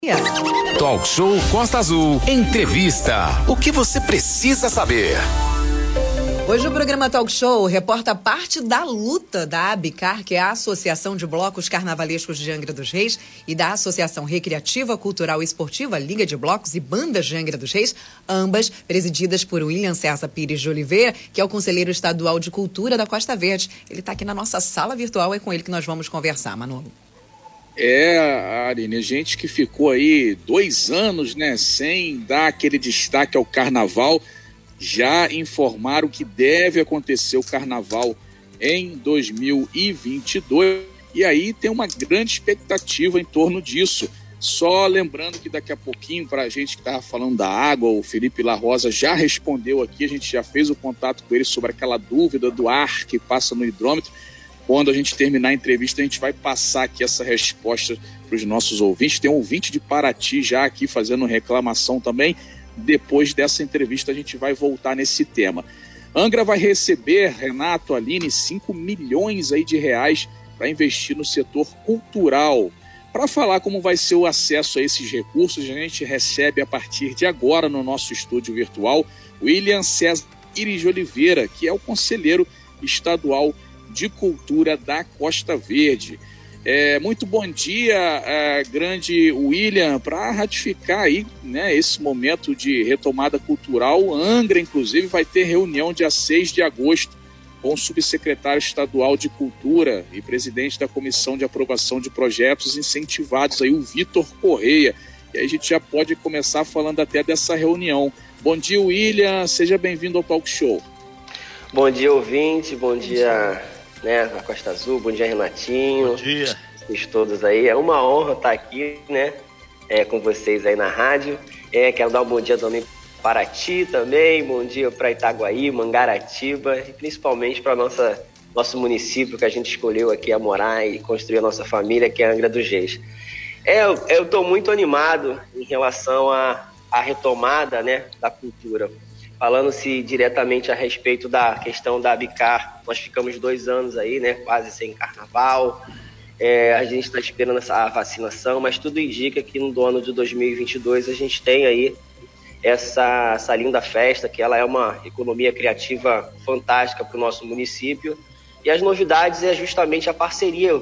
Talk Show Costa Azul. Entrevista. O que você precisa saber? Hoje o programa Talk Show reporta parte da luta da ABICAR, que é a Associação de Blocos Carnavalescos de Angra dos Reis, e da Associação Recreativa, Cultural e Esportiva, Liga de Blocos e Bandas de Angra dos Reis, ambas presididas por William César Pires de Oliveira, que é o Conselheiro Estadual de Cultura da Costa Verde. Ele está aqui na nossa sala virtual, é com ele que nós vamos conversar, Manolo. Aline, gente que ficou aí 2 anos, né, sem dar aquele destaque ao carnaval, já informaram que deve acontecer o carnaval em 2022, e aí tem uma grande expectativa em torno disso. Só lembrando que daqui a pouquinho, para a gente que estava falando da água, o Felipe La Rosa já respondeu aqui, a gente já fez o contato com ele sobre aquela dúvida do ar que passa no hidrômetro. Quando a gente terminar a entrevista, a gente vai passar aqui essa resposta para os nossos ouvintes. Tem um ouvinte de Paraty já aqui fazendo reclamação também. Depois dessa entrevista, a gente vai voltar nesse tema. Angra vai receber, Renato, Aline, 5 milhões aí de reais para investir no setor cultural. Para falar como vai ser o acesso a esses recursos, a gente recebe a partir de agora no nosso estúdio virtual William César Pires de Oliveira, que é o Conselheiro Estadual de Cultura da Costa Verde. Muito bom dia, grande William, para ratificar aí, né, esse momento de retomada cultural. Angra, inclusive, vai ter reunião dia 6 de agosto com o subsecretário estadual de Cultura e presidente da Comissão de Aprovação de Projetos Incentivados, aí, o Vitor Correia. E aí a gente já pode começar falando até dessa reunião. Bom dia, William, seja bem-vindo ao Talk Show. Bom dia, ouvinte, bom dia, né, na Costa Azul, bom dia, Renatinho. Bom dia. Vocês todos aí, é uma honra estar aqui, né, com vocês aí na rádio. Quero dar um bom dia também para Paraty também, bom dia para Itaguaí, Mangaratiba e principalmente para nosso município que a gente escolheu aqui a morar e construir a nossa família, que é Angra dos Reis. Eu estou muito animado em relação à retomada, né, da cultura. Falando-se diretamente a respeito da questão da ABICAR, nós ficamos 2 anos aí, né, quase sem carnaval. A gente está esperando a vacinação, mas tudo indica que no ano de 2022 a gente tem aí essa linda festa, que ela é uma economia criativa fantástica para o nosso município. E as novidades é justamente a parceria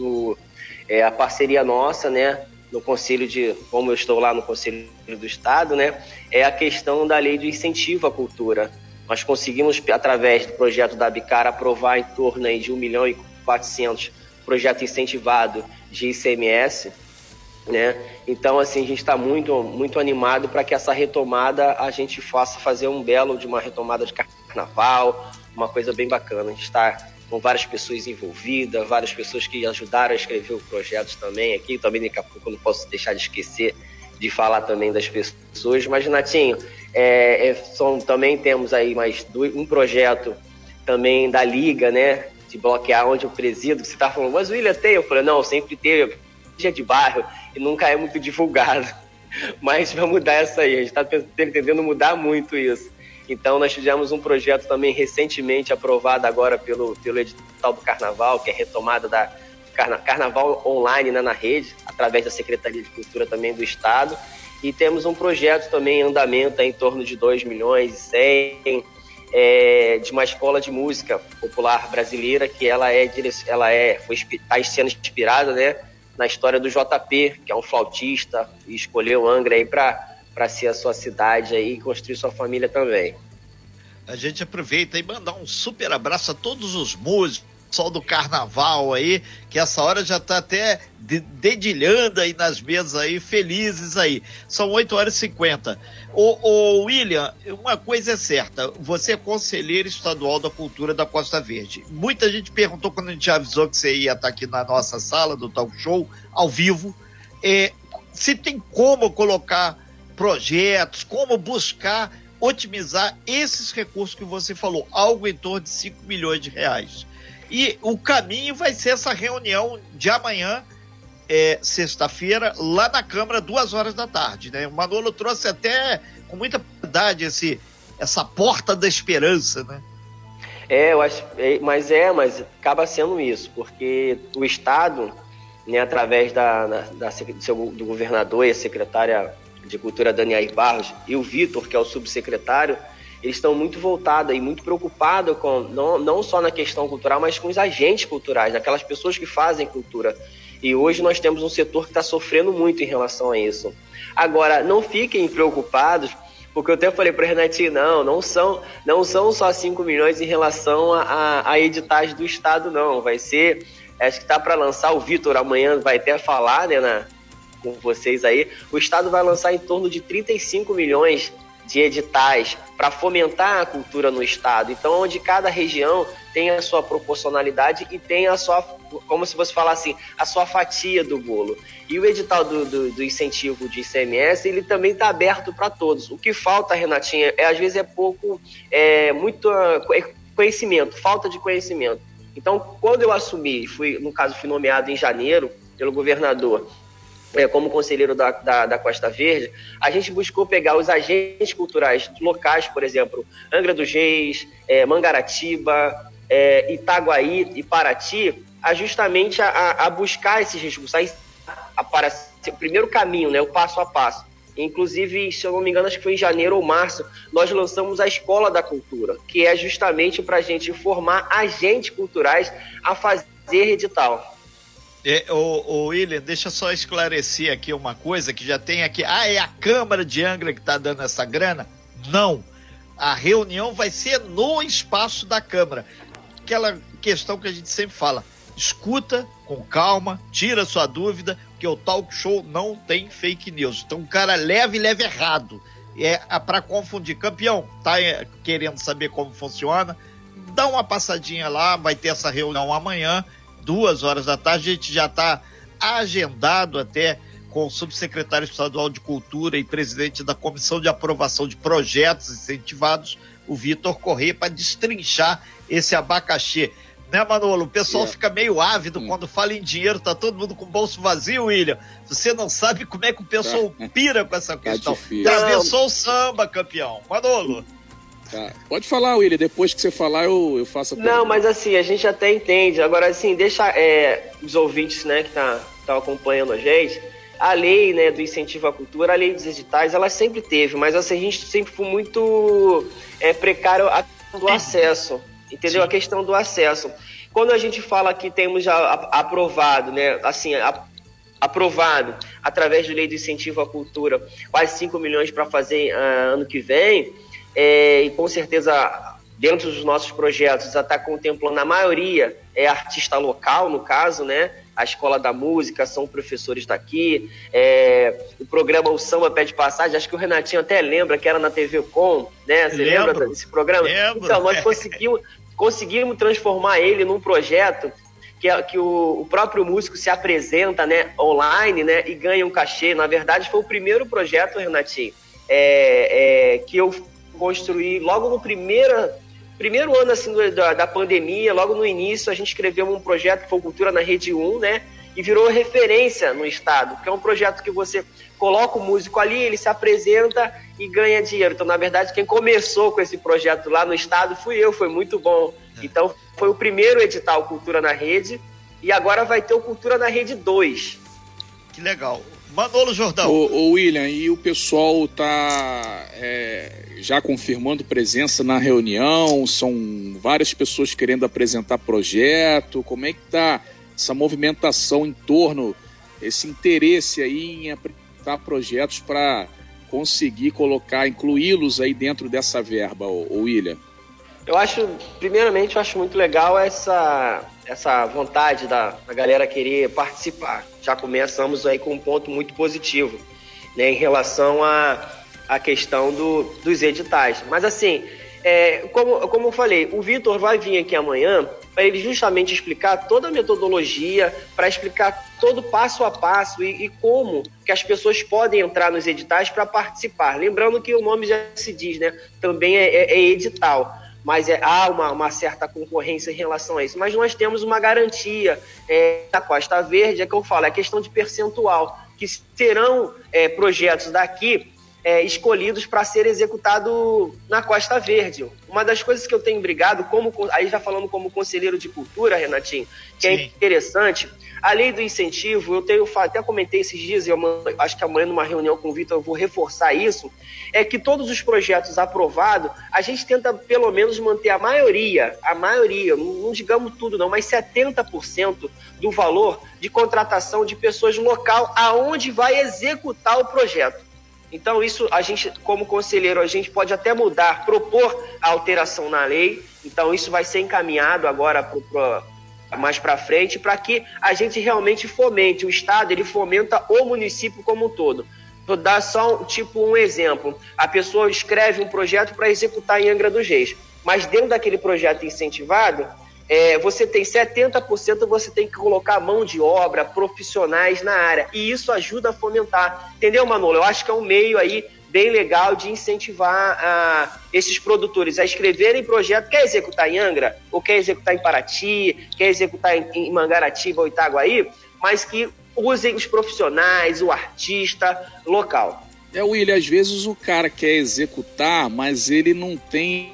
a parceria nossa, né, no Conselho como eu estou lá no Conselho do Estado, né, é a questão da lei de incentivo à cultura. Nós conseguimos, através do projeto da ABICAR, aprovar em torno aí de 1.400.000 projeto incentivado de ICMS, né? Então, assim, a gente está muito, muito animado para que essa retomada a gente possa fazer de uma retomada de carnaval, uma coisa bem bacana. A gente está com várias pessoas envolvidas, várias pessoas que ajudaram a escrever o projeto também aqui. Também daqui a pouco eu não posso deixar de esquecer de falar também das pessoas. Mas, Natinho, também temos aí mais um projeto também da Liga, né, de bloquear onde eu presido. Você está falando, mas o William tem? Eu falei, não, sempre teve, dia de bairro, e nunca é muito divulgado. Mas vai mudar essa aí, a gente está tentando mudar muito isso. Então, nós fizemos um projeto também recentemente aprovado agora pelo edital do Carnaval, que é a retomada da Carnaval online, né, na rede, através da Secretaria de Cultura também do Estado. E temos um projeto também em andamento em torno de 2.100.000 de uma escola de música popular brasileira, que está sendo inspirada, né, na história do JP, que é um flautista, e escolheu Angra aí para ser a sua cidade aí e construir sua família também. A gente aproveita e mandar um super abraço a todos os músicos, pessoal do carnaval aí, que essa hora já tá até dedilhando aí nas mesas aí, felizes aí. São 8h50. Ô William, uma coisa é certa, você é Conselheiro Estadual da Cultura da Costa Verde. Muita gente perguntou quando a gente avisou que você ia estar aqui na nossa sala do Talk Show, ao vivo, se tem como colocar projetos, como buscar otimizar esses recursos que você falou, algo em torno de 5 milhões de reais. E o caminho vai ser essa reunião de amanhã, sexta-feira, lá na Câmara, 14h, né? O Manolo trouxe até com muita verdade essa porta da esperança, né? Eu acho, mas acaba sendo isso, porque o Estado, né, através do governador e a secretária de Cultura, Daniela Barros, e o Vitor, que é o subsecretário, eles estão muito voltados e muito preocupados com, não só na questão cultural, mas com os agentes culturais, aquelas pessoas que fazem cultura. E hoje nós temos um setor que está sofrendo muito em relação a isso. Agora, não fiquem preocupados, porque eu até falei para o Renatinho, não são só 5 milhões em relação a editais do Estado, não. Vai ser, acho que está para lançar, o Vitor amanhã vai até falar, né, com vocês aí, o Estado vai lançar em torno de 35 milhões de editais para fomentar a cultura no Estado. Então, onde cada região tem a sua proporcionalidade e tem a sua, como se você falar assim, a sua fatia do bolo. E o edital do incentivo de ICMS, ele também está aberto para todos. O que falta, Renatinha, às vezes muito conhecimento, falta de conhecimento. Então, quando eu assumi, fui nomeado em janeiro pelo governador, como conselheiro da Costa Verde, a gente buscou pegar os agentes culturais locais, por exemplo, Angra dos Reis, Mangaratiba, Itaguaí e Paraty, justamente a buscar esses recursos, para ser o primeiro caminho, né, o passo a passo. Inclusive, se eu não me engano, acho que foi em janeiro ou março, nós lançamos a Escola da Cultura, que é justamente para a gente formar agentes culturais a fazer edital. William, deixa eu só esclarecer aqui uma coisa que já tem aqui. É a Câmara de Angra que está dando essa grana? Não. A reunião vai ser no espaço da Câmara. Aquela questão que a gente sempre fala. Escuta com calma, tira sua dúvida, porque o talk show não tem fake news. Então o cara leva errado. Para confundir. Campeão, tá querendo saber como funciona? Dá uma passadinha lá, vai ter essa reunião amanhã, 2h da tarde, a gente já está agendado até com o subsecretário estadual de Cultura e presidente da Comissão de Aprovação de Projetos Incentivados, o Vitor Corrêa, para destrinchar esse abacaxi. Né, Manolo? O pessoal fica meio ávido quando fala em dinheiro, tá todo mundo com o bolso vazio, William. Você não sabe como é que o pessoal pira com essa questão. Atravessou o samba, campeão. Manolo. Tá. Pode falar, William, depois que você falar eu faço a pergunta. Não, mas assim, a gente até entende. Agora, assim, deixa os ouvintes, né, que estão acompanhando a gente, a lei, né, do incentivo à cultura, a lei dos editais, ela sempre teve, mas assim, a gente sempre foi muito precário do acesso, entendeu? Sim. A questão do acesso. Quando a gente fala que temos já aprovado, né, assim, aprovado através da lei do incentivo à cultura, quase 5 milhões para fazer ano que vem, e com certeza dentro dos nossos projetos já está contemplando, a maioria é artista local, no caso, né? A Escola da Música, são professores daqui, o programa O Samba Pede Passagem, acho que o Renatinho até lembra que era na TV Com, né? Você lembra desse programa? Lembro. Então, nós conseguimos transformar ele num projeto que o próprio músico se apresenta, né, online, né, e ganha um cachê. Na verdade, foi o primeiro projeto, Renatinho, que eu construí logo no primeiro ano assim, da pandemia, logo no início, a gente escreveu um projeto que foi Cultura na Rede 1, né? E virou referência no estado, que é um projeto que você coloca o músico ali, ele se apresenta e ganha dinheiro. Então, na verdade, quem começou com esse projeto lá no estado fui eu, foi muito bom. Então, foi o primeiro edital Cultura na Rede, e agora vai ter o Cultura na Rede 2. Que legal. Manolo Jordão. Ô William, e o pessoal tá já confirmando presença na reunião? São várias pessoas querendo apresentar projeto. Como é que tá essa movimentação em torno, esse interesse aí em apresentar projetos para conseguir incluí-los aí dentro dessa verba, ô William? Primeiramente, eu acho muito legal essa vontade da galera querer participar. Já começamos aí com um ponto muito positivo, né, em relação à questão dos editais. Mas assim, como eu falei, o Vitor vai vir aqui amanhã para ele justamente explicar toda a metodologia, para explicar todo passo a passo e como que as pessoas podem entrar nos editais para participar. Lembrando que o nome já se diz, né, também é edital. Mas há uma certa concorrência em relação a isso. Mas nós temos uma garantia da Costa Verde, que eu falo, é questão de percentual, que serão projetos daqui escolhidos para ser executado na Costa Verde. Uma das coisas que eu tenho brigado, aí já falando como conselheiro de cultura, Renatinho, que é interessante, a lei do incentivo, até comentei esses dias, e acho que amanhã numa reunião com o Vitor eu vou reforçar isso, é que todos os projetos aprovados, a gente tenta pelo menos manter a maioria, não digamos tudo não, mas 70% do valor de contratação de pessoas local aonde vai executar o projeto. Então isso, a gente, como conselheiro, a gente pode até mudar, propor a alteração na lei, então isso vai ser encaminhado agora mais para frente, para que a gente realmente fomente, o Estado ele fomenta o município como um todo. Vou dar só um exemplo, a pessoa escreve um projeto para executar em Angra dos Reis, mas dentro daquele projeto incentivado, você tem 70%, você tem que colocar mão de obra, profissionais na área, e isso ajuda a fomentar, entendeu, Manolo? Eu acho que é um meio aí bem legal de incentivar esses produtores a escreverem projeto, quer executar em Angra, ou quer executar em Paraty, quer executar em Mangaratiba ou Itaguaí, mas que usem os profissionais, o artista local. William, às vezes o cara quer executar, mas ele não tem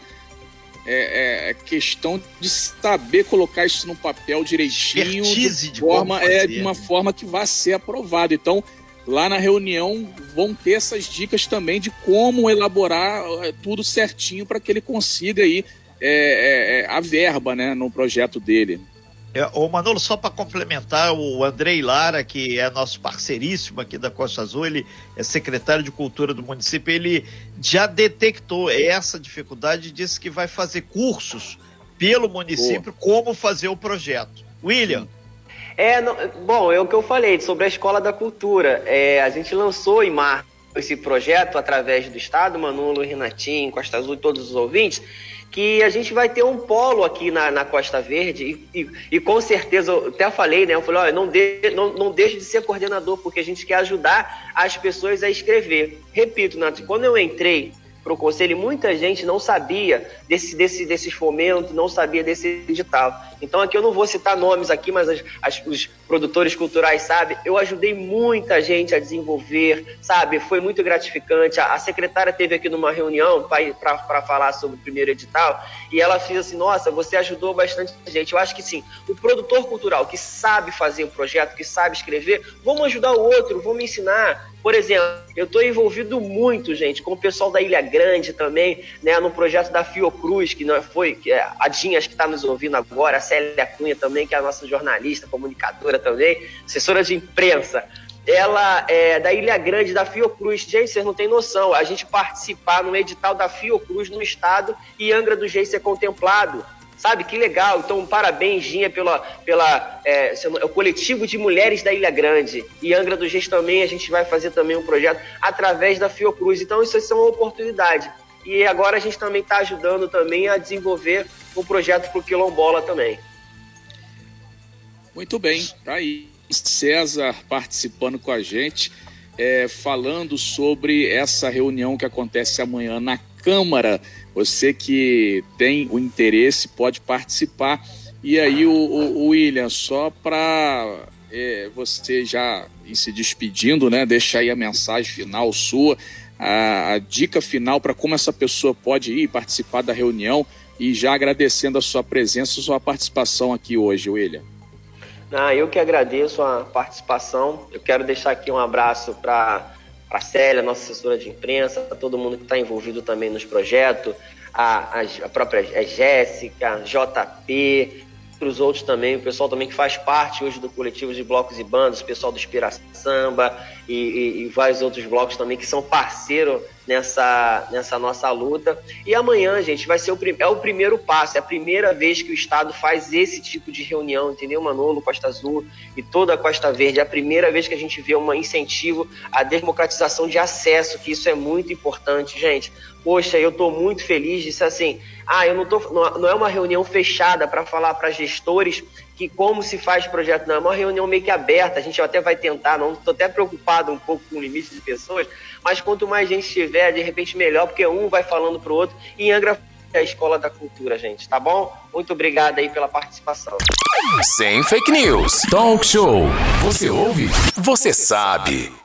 questão de saber colocar isso no papel direitinho, de uma forma que vá ser aprovado. Então, lá na reunião vão ter essas dicas também de como elaborar tudo certinho para que ele consiga aí a verba, né, no projeto dele. Ô Manolo, só para complementar, o Andrei Lara, que é nosso parceiríssimo aqui da Costa Azul, ele é secretário de Cultura do município, ele já detectou essa dificuldade e disse que vai fazer cursos pelo município como fazer o projeto. William? Bom, é o que eu falei sobre a Escola da Cultura. A gente lançou em março esse projeto através do Estado, Manolo, Renatinho, Costa Azul e todos os ouvintes, que a gente vai ter um polo aqui na Costa Verde e com certeza, eu até falei, né? Eu falei, não deixe de ser coordenador, porque a gente quer ajudar as pessoas a escrever. Repito, Nath, quando eu entrei para o conselho, muita gente não sabia desses fomentos, não sabia desse edital. Então aqui eu não vou citar nomes aqui, mas os produtores culturais sabem, eu ajudei muita gente a desenvolver, sabe? Foi muito gratificante. A secretária esteve aqui numa reunião para falar sobre o primeiro edital e ela fez assim, nossa, você ajudou bastante gente. Eu acho que sim, o produtor cultural que sabe fazer um projeto, que sabe escrever, vamos ajudar o outro, vamos ensinar. Por exemplo, eu estou envolvido muito, gente, com o pessoal da Ilha Grande também, né, no projeto da Fiocruz, que a Dinha, acho que está nos ouvindo agora, a Célia Cunha também, que é a nossa jornalista, comunicadora também, assessora de imprensa. Ela é da Ilha Grande, da Fiocruz. Gente, vocês não têm noção, a gente participar no edital da Fiocruz no estado e Angra dos Reis ser contemplado. Sabe, que legal. Então, parabéns, Ginha, o coletivo de mulheres da Ilha Grande. E Angra dos Reis também, a gente vai fazer também um projeto através da Fiocruz. Então, isso é uma oportunidade. E agora a gente também está ajudando também a desenvolver um projeto para o Quilombola também. Muito bem, tá aí. César participando com a gente, falando sobre essa reunião que acontece amanhã na Câmara. Você que tem o interesse pode participar. E aí, o William, só para você já ir se despedindo, né? Deixa aí a mensagem final sua, a dica final para como essa pessoa pode ir participar da reunião e já agradecendo a sua presença, a sua participação aqui hoje, William. Eu que agradeço a participação. Eu quero deixar aqui um abraço para a Célia, nossa assessora de imprensa, para todo mundo que está envolvido também nos projetos, a própria Jéssica, a JP, para os outros também, o pessoal também que faz parte hoje do coletivo de blocos e bandas, o pessoal do Inspira Samba e vários outros blocos também que são parceiros nessa nossa luta. E amanhã, gente, vai ser o primeiro passo, é a primeira vez que o Estado faz esse tipo de reunião, entendeu, Manolo, Costa Azul e toda a Costa Verde. É a primeira vez que a gente vê um incentivo à democratização de acesso, que isso é muito importante, gente. Poxa, eu estou muito feliz disso, assim, não é uma reunião fechada para falar para gestores que como se faz projeto, não, é uma reunião meio que aberta, a gente até vai tentar, não estou até preocupado um pouco com o limite de pessoas, mas quanto mais gente tiver, de repente melhor, porque um vai falando pro outro, e Angra é a Escola da Cultura, gente, tá bom? Muito obrigado aí pela participação. Sem fake news. Talk show. Você ouve? Você sabe.